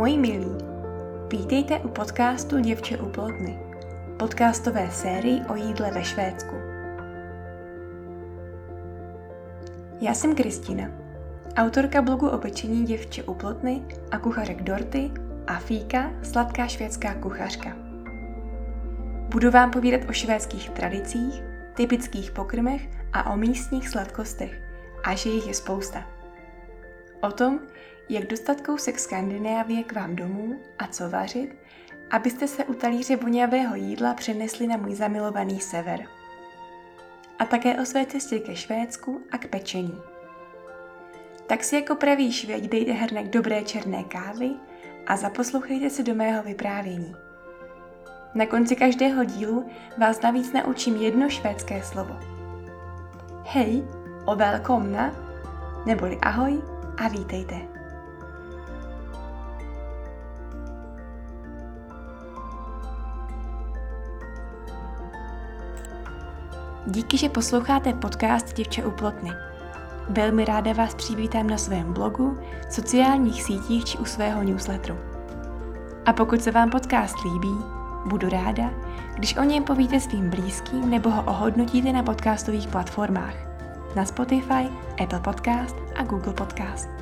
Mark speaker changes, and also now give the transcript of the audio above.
Speaker 1: Moji milí, vítejte u podcastu Děvče u plotny, podcastové sérii o jídle ve Švédsku. Já jsem Kristina, autorka blogu o pečení Děvče u plotny a kuchařek Dorty a Fíka, sladká švédská kuchařka. Budu vám povídat o švédských tradicích, typických pokrmech a o místních sladkostech, a že jich je spousta. O tom, jak dostat kousek Skandinávie k vám domů a co vařit, abyste se u talíře vonavého jídla přenesli na můj zamilovaný sever. A také o své cestě ke Švédsku a k pečení. Tak si jako pravý Švéd dejte hrnek dobré černé kávy a zaposlouchejte se do mého vyprávění. Na konci každého dílu vás navíc naučím jedno švédské slovo. Hej, o välkomna, neboli ahoj a vítejte. Díky, že posloucháte podcast Děvče u plotny. Velmi ráda vás přivítám na svém blogu, sociálních sítích či u svého newsletteru. A pokud se vám podcast líbí, budu ráda, když o něm povíte svým blízkým nebo ho ohodnotíte na podcastových platformách. Na Spotify, Apple Podcast a Google Podcast.